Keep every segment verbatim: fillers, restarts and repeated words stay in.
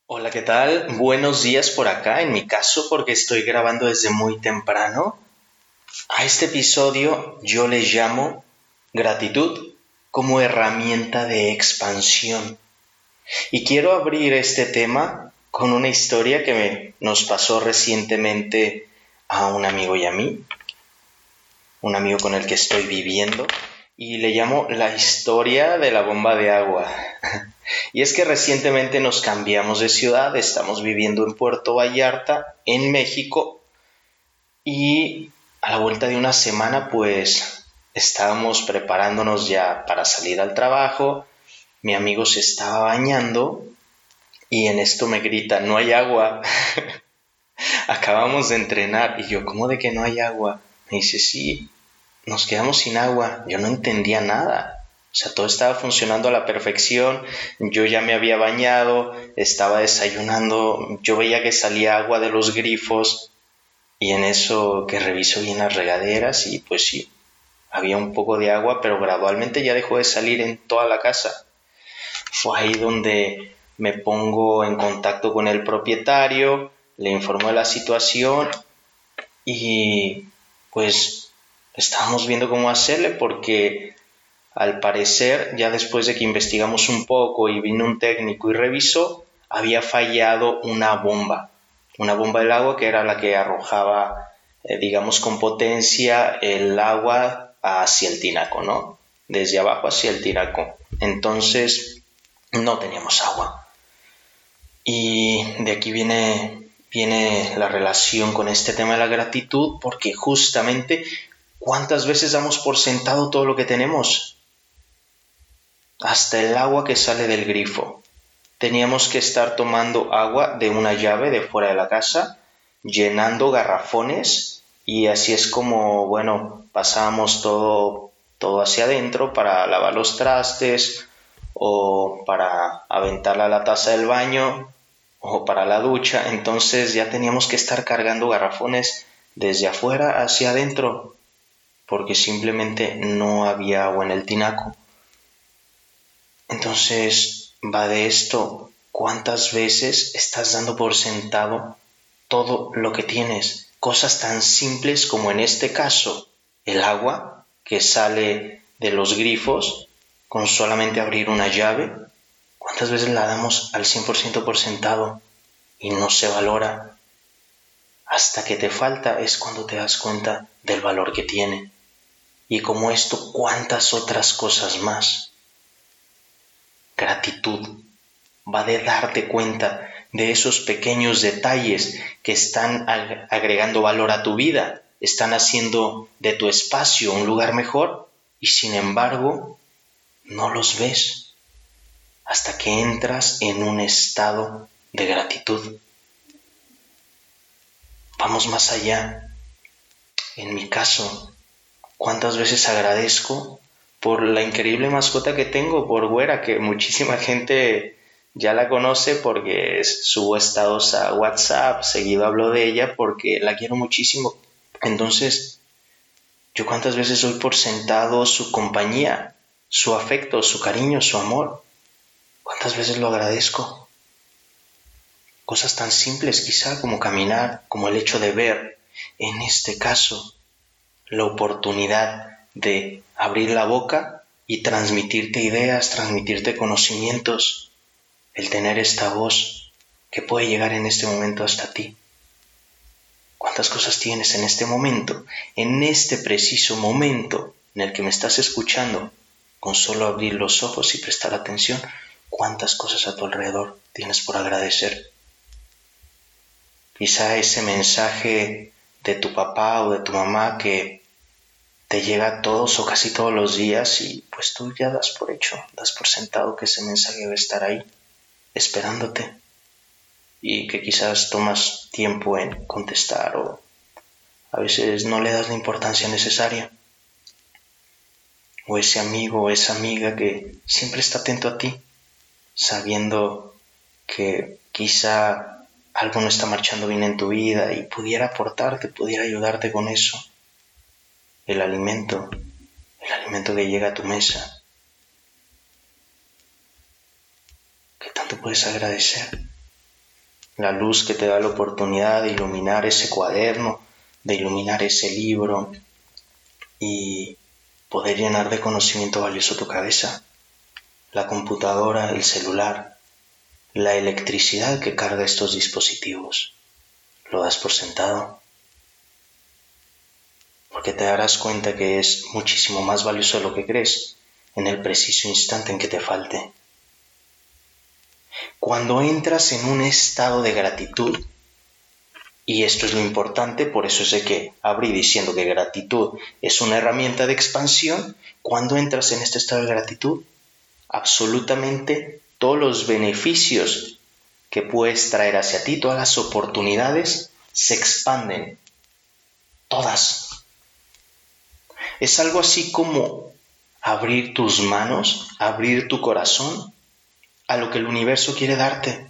Hola, ¿qué tal? Buenos días por acá, en mi caso, porque estoy grabando desde muy temprano. A este episodio yo le llamo gratitud como herramienta de expansión. Y quiero abrir este tema con una historia que me- nos pasó recientemente a un amigo y a mí, un amigo con el que estoy viviendo, y le llamo la historia de la bomba de agua. Y es que recientemente nos cambiamos de ciudad, estamos viviendo en Puerto Vallarta, en México, y a la vuelta de una semana pues estábamos preparándonos ya para salir al trabajo. Mi amigo se estaba bañando y en esto me grita: no hay agua. Acabamos de entrenar. Y yo: ¿cómo de que no hay agua? Me dice: sí, nos quedamos sin agua. Yo no entendía nada. O sea, todo estaba funcionando a la perfección. Yo ya me había bañado, estaba desayunando, yo veía que salía agua de los grifos, y en eso que reviso bien las regaderas y pues sí, había un poco de agua, pero gradualmente ya dejó de salir en toda la casa. Fue ahí donde me pongo en contacto con el propietario, le informo de la situación y pues estábamos viendo cómo hacerle, porque al parecer, ya después de que investigamos un poco y vino un técnico y revisó, había fallado una bomba, una bomba del agua que era la que arrojaba, eh, digamos, con potencia el agua hacia el tinaco, ¿no? Desde abajo hacia el tinaco. Entonces, no teníamos agua. Y de aquí viene, viene la relación con este tema de la gratitud, porque justamente, ¿cuántas veces damos por sentado todo lo que tenemos? Hasta el agua que sale del grifo. Teníamos que estar tomando agua de una llave de fuera de la casa, llenando garrafones, y así es como, bueno, pasábamos todo, todo hacia adentro para lavar los trastes o para aventarla a la taza del baño o para la ducha. Entonces ya teníamos que estar cargando garrafones desde afuera hacia adentro porque simplemente no había agua en el tinaco. Entonces va de esto: ¿cuántas veces estás dando por sentado todo lo que tienes? Cosas tan simples como, en este caso, el agua que sale de los grifos con solamente abrir una llave. ¿Cuántas veces la damos al cien por ciento por sentado y no se valora? Hasta que te falta es cuando te das cuenta del valor que tiene. Y como esto, ¿cuántas otras cosas más? Gratitud va de darte cuenta de esos pequeños detalles que están agregando valor a tu vida, están haciendo de tu espacio un lugar mejor, y sin embargo no los ves hasta que entras en un estado de gratitud. Vamos más allá. En mi caso, ¿cuántas veces agradezco por la increíble mascota que tengo, por Güera, que muchísima gente ya la conoce porque subo estados a WhatsApp, seguido hablo de ella porque la quiero muchísimo? Entonces, ¿yo cuántas veces doy por sentado su compañía, su afecto, su cariño, su amor? ¿Cuántas veces lo agradezco? Cosas tan simples quizá como caminar, como el hecho de ver, en este caso, la oportunidad de abrir la boca y transmitirte ideas, transmitirte conocimientos, el tener esta voz que puede llegar en este momento hasta ti. ¿Cuántas cosas tienes en este momento, en este preciso momento en el que me estás escuchando? Con solo abrir los ojos y prestar atención, ¿cuántas cosas a tu alrededor tienes por agradecer? Quizá ese mensaje de tu papá o de tu mamá que te llega todos o casi todos los días, y pues tú ya das por hecho, das por sentado que ese mensaje debe estar ahí, esperándote, y que quizás tomas tiempo en contestar o a veces no le das la importancia necesaria. O ese amigo o esa amiga que siempre está atento a ti, sabiendo que quizá algo no está marchando bien en tu vida y pudiera aportarte, pudiera ayudarte con eso. El alimento, el alimento que llega a tu mesa. ¿Qué tanto puedes agradecer? la luz que te da la oportunidad de iluminar ese cuaderno, de iluminar ese libro y poder llenar de conocimiento valioso tu cabeza, la computadora, el celular, la electricidad que carga estos dispositivos. Lo das por sentado, porque te darás cuenta que es muchísimo más valioso de lo que crees en el preciso instante en que te falte. Cuando entras en un estado de gratitud, y esto es lo importante, por eso es de que abrí diciendo que gratitud es una herramienta de expansión, cuando entras en este estado de gratitud, absolutamente todos los beneficios que puedes traer hacia ti, todas las oportunidades, se expanden. Todas. Es algo así como abrir tus manos, abrir tu corazón a lo que el universo quiere darte.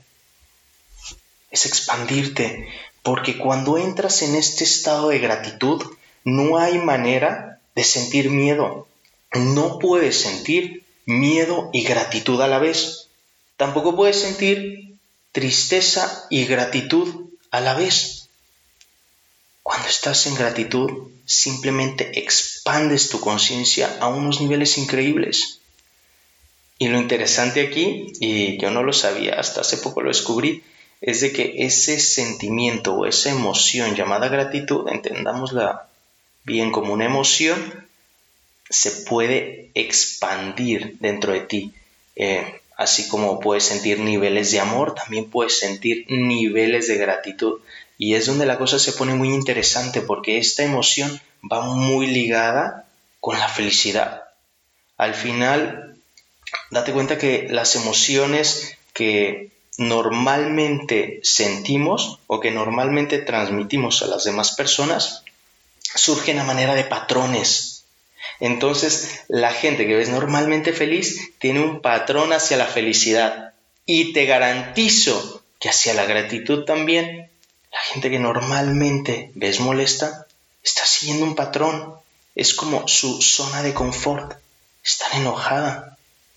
Es expandirte, porque cuando entras en este estado de gratitud, no hay manera de sentir miedo. No puedes sentir miedo y gratitud a la vez. Tampoco puedes sentir tristeza y gratitud a la vez. Cuando estás en gratitud, simplemente expandes tu conciencia a unos niveles increíbles. Y lo interesante aquí, y yo no lo sabía, hasta hace poco lo descubrí, es de que ese sentimiento o esa emoción llamada gratitud, entendámosla bien como una emoción, se puede expandir dentro de ti. Eh, así como puedes sentir niveles de amor, también puedes sentir niveles de gratitud. Y es donde la cosa se pone muy interesante, porque esta emoción va muy ligada con la felicidad. Al final, date cuenta que las emociones que normalmente sentimos o que normalmente transmitimos a las demás personas surgen a manera de patrones. Entonces, la gente que ves normalmente feliz tiene un patrón hacia la felicidad, y te garantizo que hacia la gratitud también. La gente que normalmente ves molesta está siguiendo un patrón. Es como su zona de confort. Están enojada.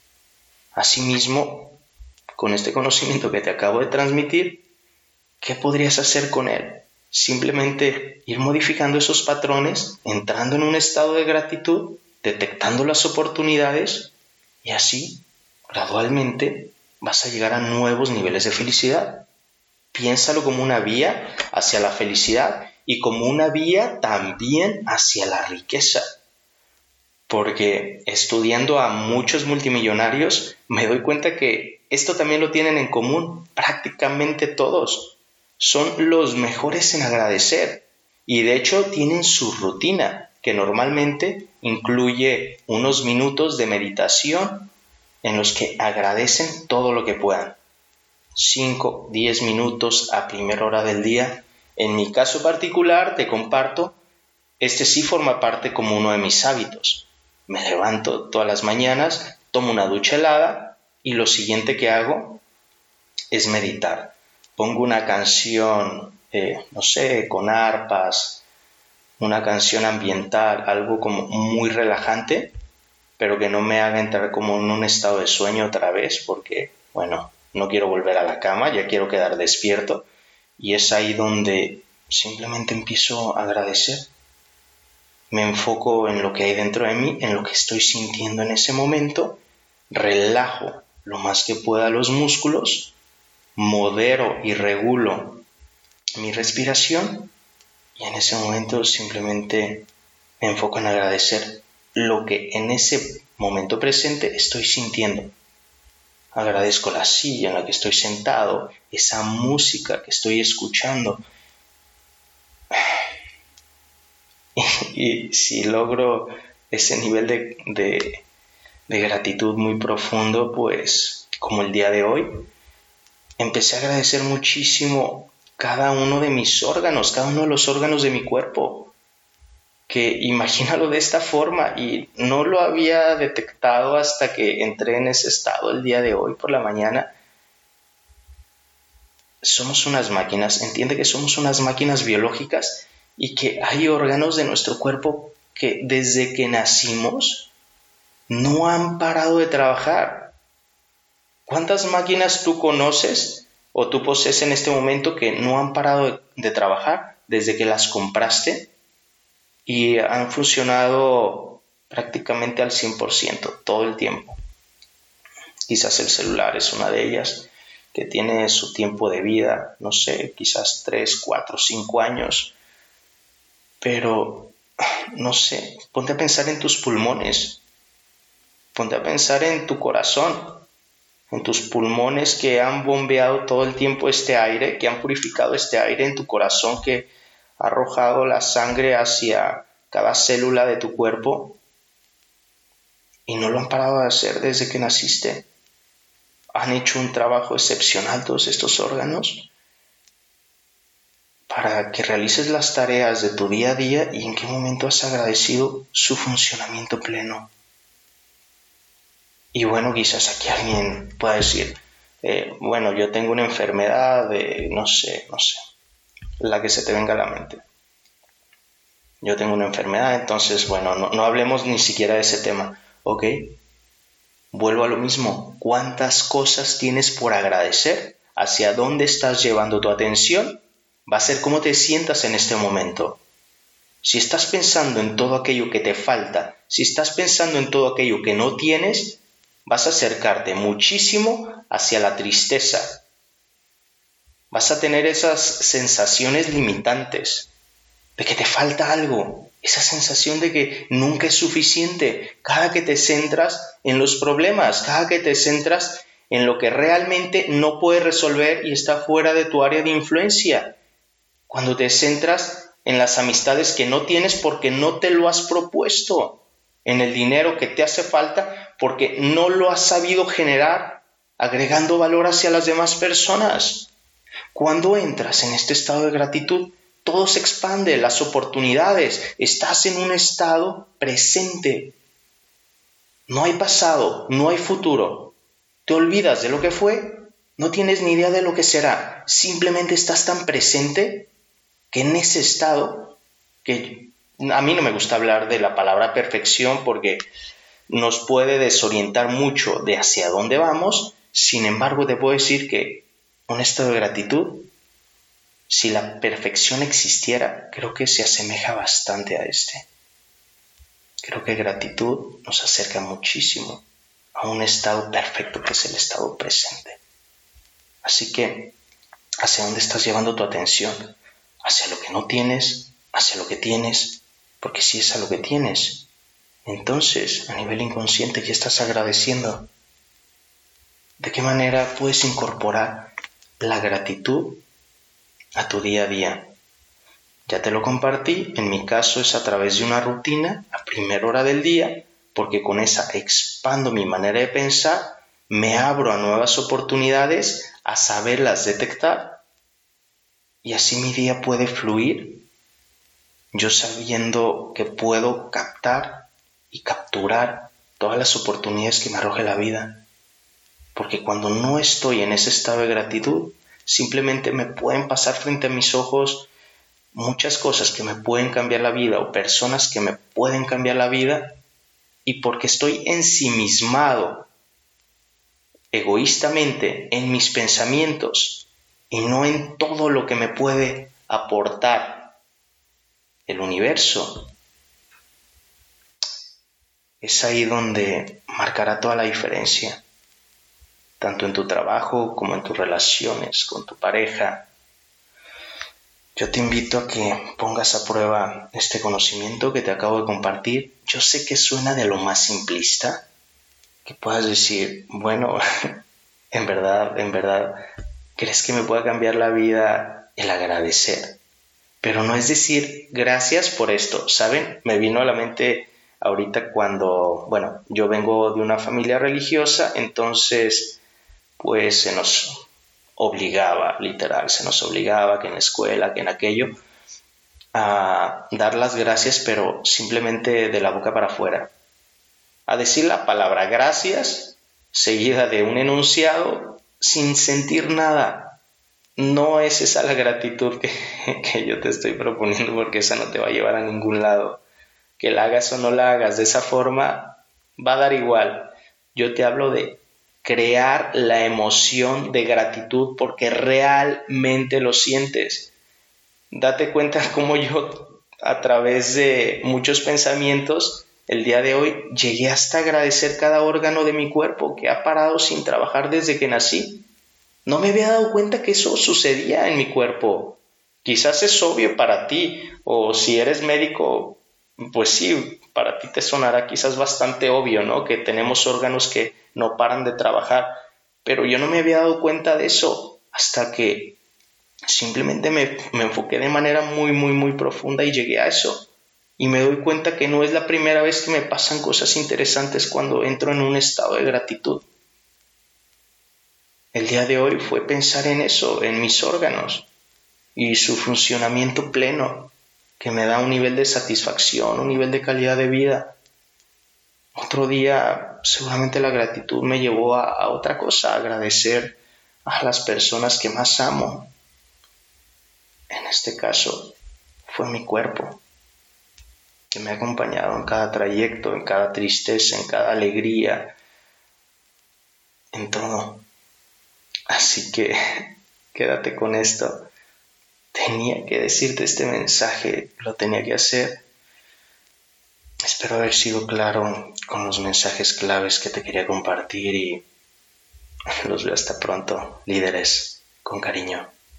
Asimismo, con este conocimiento que te acabo de transmitir, ¿qué podrías hacer con él? Simplemente ir modificando esos patrones, entrando en un estado de gratitud, detectando las oportunidades, y así, gradualmente, vas a llegar a nuevos niveles de felicidad. Piénsalo como una vía hacia la felicidad y como una vía también hacia la riqueza. Porque estudiando a muchos multimillonarios me doy cuenta que esto también lo tienen en común prácticamente todos. Son los mejores en agradecer, y de hecho tienen su rutina, que normalmente incluye unos minutos de meditación en los que agradecen todo lo que puedan. cinco, diez minutos a primera hora del día. En mi caso particular, te comparto, este sí forma parte como uno de mis hábitos. Me levanto todas las mañanas, tomo una ducha helada y lo siguiente que hago es meditar. Pongo una canción, eh, no sé, con arpas, una canción ambiental, algo como muy relajante, pero que no me haga entrar como en un estado de sueño otra vez, porque, bueno, no quiero volver a la cama, ya quiero quedar despierto, y es ahí donde simplemente empiezo a agradecer. Me enfoco en lo que hay dentro de mí, en lo que estoy sintiendo en ese momento, relajo lo más que pueda los músculos, modero y regulo mi respiración, y en ese momento simplemente me enfoco en agradecer lo que en ese momento presente estoy sintiendo. Agradezco la silla en la que estoy sentado, esa música que estoy escuchando. Y, y si logro ese nivel de, de, de gratitud muy profundo, pues como el día de hoy, empecé a agradecer muchísimo cada uno de mis órganos, cada uno de los órganos de mi cuerpo. Que imagínalo de esta forma, y no lo había detectado hasta que entré en ese estado el día de hoy por la mañana. Somos unas máquinas, entiende que somos unas máquinas biológicas, y que hay órganos de nuestro cuerpo que desde que nacimos no han parado de trabajar. ¿Cuántas máquinas tú conoces o tú posees en este momento que no han parado de, de trabajar desde que las compraste y han funcionado prácticamente al cien por ciento todo el tiempo. Quizás el celular es una de ellas, que tiene su tiempo de vida, no sé, quizás tres, cuatro, cinco años. Pero, no sé, ponte a pensar en tus pulmones, ponte a pensar en tu corazón, en tus pulmones que han bombeado todo el tiempo este aire, que han purificado este aire, en tu corazón que ha arrojado la sangre hacia cada célula de tu cuerpo, y no lo han parado de hacer desde que naciste. Han hecho un trabajo excepcional todos estos órganos para que realices las tareas de tu día a día. ¿Y en qué momento has agradecido su funcionamiento pleno? Y bueno, quizás aquí alguien pueda decir, eh, bueno, yo tengo una enfermedad de, no sé, no sé, la que se te venga a la mente. Yo tengo una enfermedad, entonces, bueno, no, no hablemos ni siquiera de ese tema, ¿ok? Vuelvo a lo mismo. ¿Cuántas cosas tienes por agradecer? ¿Hacia dónde estás llevando tu atención? Va a ser cómo te sientas en este momento. Si estás pensando en todo aquello que te falta, si estás pensando en todo aquello que no tienes, vas a acercarte muchísimo hacia la tristeza. Vas a tener esas sensaciones limitantes de que te falta algo, esa sensación de que nunca es suficiente. Cada que te centras en los problemas, cada que te centras en lo que realmente no puedes resolver y está fuera de tu área de influencia. Cuando te centras en las amistades que no tienes porque no te lo has propuesto, en el dinero que te hace falta porque no lo has sabido generar, agregando valor hacia las demás personas. Cuando entras en este estado de gratitud, todo se expande, las oportunidades, estás en un estado presente. No hay pasado, no hay futuro. Te olvidas de lo que fue, no tienes ni idea de lo que será. Simplemente estás tan presente que en ese estado, que a mí no me gusta hablar de la palabra perfección porque nos puede desorientar mucho de hacia dónde vamos. Sin embargo, te puedo decir que un estado de gratitud, si la perfección existiera, creo que se asemeja bastante a este. Creo que gratitud nos acerca muchísimo a un estado perfecto que es el estado presente. Así que, ¿hacia dónde estás llevando tu atención? ¿Hacia lo que no tienes? ¿Hacia lo que tienes? Porque si es a lo que tienes, entonces a nivel inconsciente, ¿qué estás agradeciendo? ¿De qué manera puedes incorporar la gratitud a tu día a día? Ya te lo compartí, en mi caso es a través de una rutina a primera hora del día, porque con esa expando mi manera de pensar, me abro a nuevas oportunidades, a saberlas detectar, y así mi día puede fluir, yo sabiendo que puedo captar y capturar todas las oportunidades que me arroje la vida. Porque cuando no estoy en ese estado de gratitud, simplemente me pueden pasar frente a mis ojos muchas cosas que me pueden cambiar la vida o personas que me pueden cambiar la vida, y porque estoy ensimismado egoístamente en mis pensamientos y no en todo lo que me puede aportar el universo, es ahí donde marcará toda la diferencia, tanto en tu trabajo como en tus relaciones con tu pareja. Yo te invito a que pongas a prueba este conocimiento que te acabo de compartir. Yo sé que suena de lo más simplista, que puedas decir, bueno, en verdad, en verdad, ¿crees que me pueda cambiar la vida el agradecer? Pero no es decir, gracias por esto, ¿saben? Me vino a la mente ahorita cuando, bueno, yo vengo de una familia religiosa, entonces, pues se nos obligaba, literal, se nos obligaba que en la escuela, que en aquello, a dar las gracias, pero simplemente de la boca para afuera. A decir la palabra gracias, seguida de un enunciado, sin sentir nada. No es esa la gratitud que, que yo te estoy proponiendo, porque esa no te va a llevar a ningún lado. Que la hagas o no la hagas de esa forma, va a dar igual. Yo te hablo de crear la emoción de gratitud porque realmente lo sientes. Date cuenta cómo yo, a través de muchos pensamientos, el día de hoy llegué hasta agradecer cada órgano de mi cuerpo que ha parado sin trabajar desde que nací. No me había dado cuenta que eso sucedía en mi cuerpo. Quizás es obvio para ti, o si eres médico, pues sí, para ti te sonará quizás bastante obvio, ¿no? Que tenemos órganos que no paran de trabajar, pero yo no me había dado cuenta de eso hasta que simplemente me, me enfoqué de manera muy, muy, muy profunda y llegué a eso. Y me doy cuenta que no es la primera vez que me pasan cosas interesantes cuando entro en un estado de gratitud. El día de hoy fue pensar en eso, en mis órganos y su funcionamiento pleno, que me da un nivel de satisfacción, un nivel de calidad de vida. Otro día, seguramente la gratitud me llevó a, a otra cosa, a agradecer a las personas que más amo. En este caso, fue mi cuerpo, que me ha acompañado en cada trayecto, en cada tristeza, en cada alegría, en todo. Así que quédate con esto. Tenía que decirte este mensaje, lo tenía que hacer. Espero haber sido claro con los mensajes claves que te quería compartir y los veo hasta pronto, líderes, con cariño.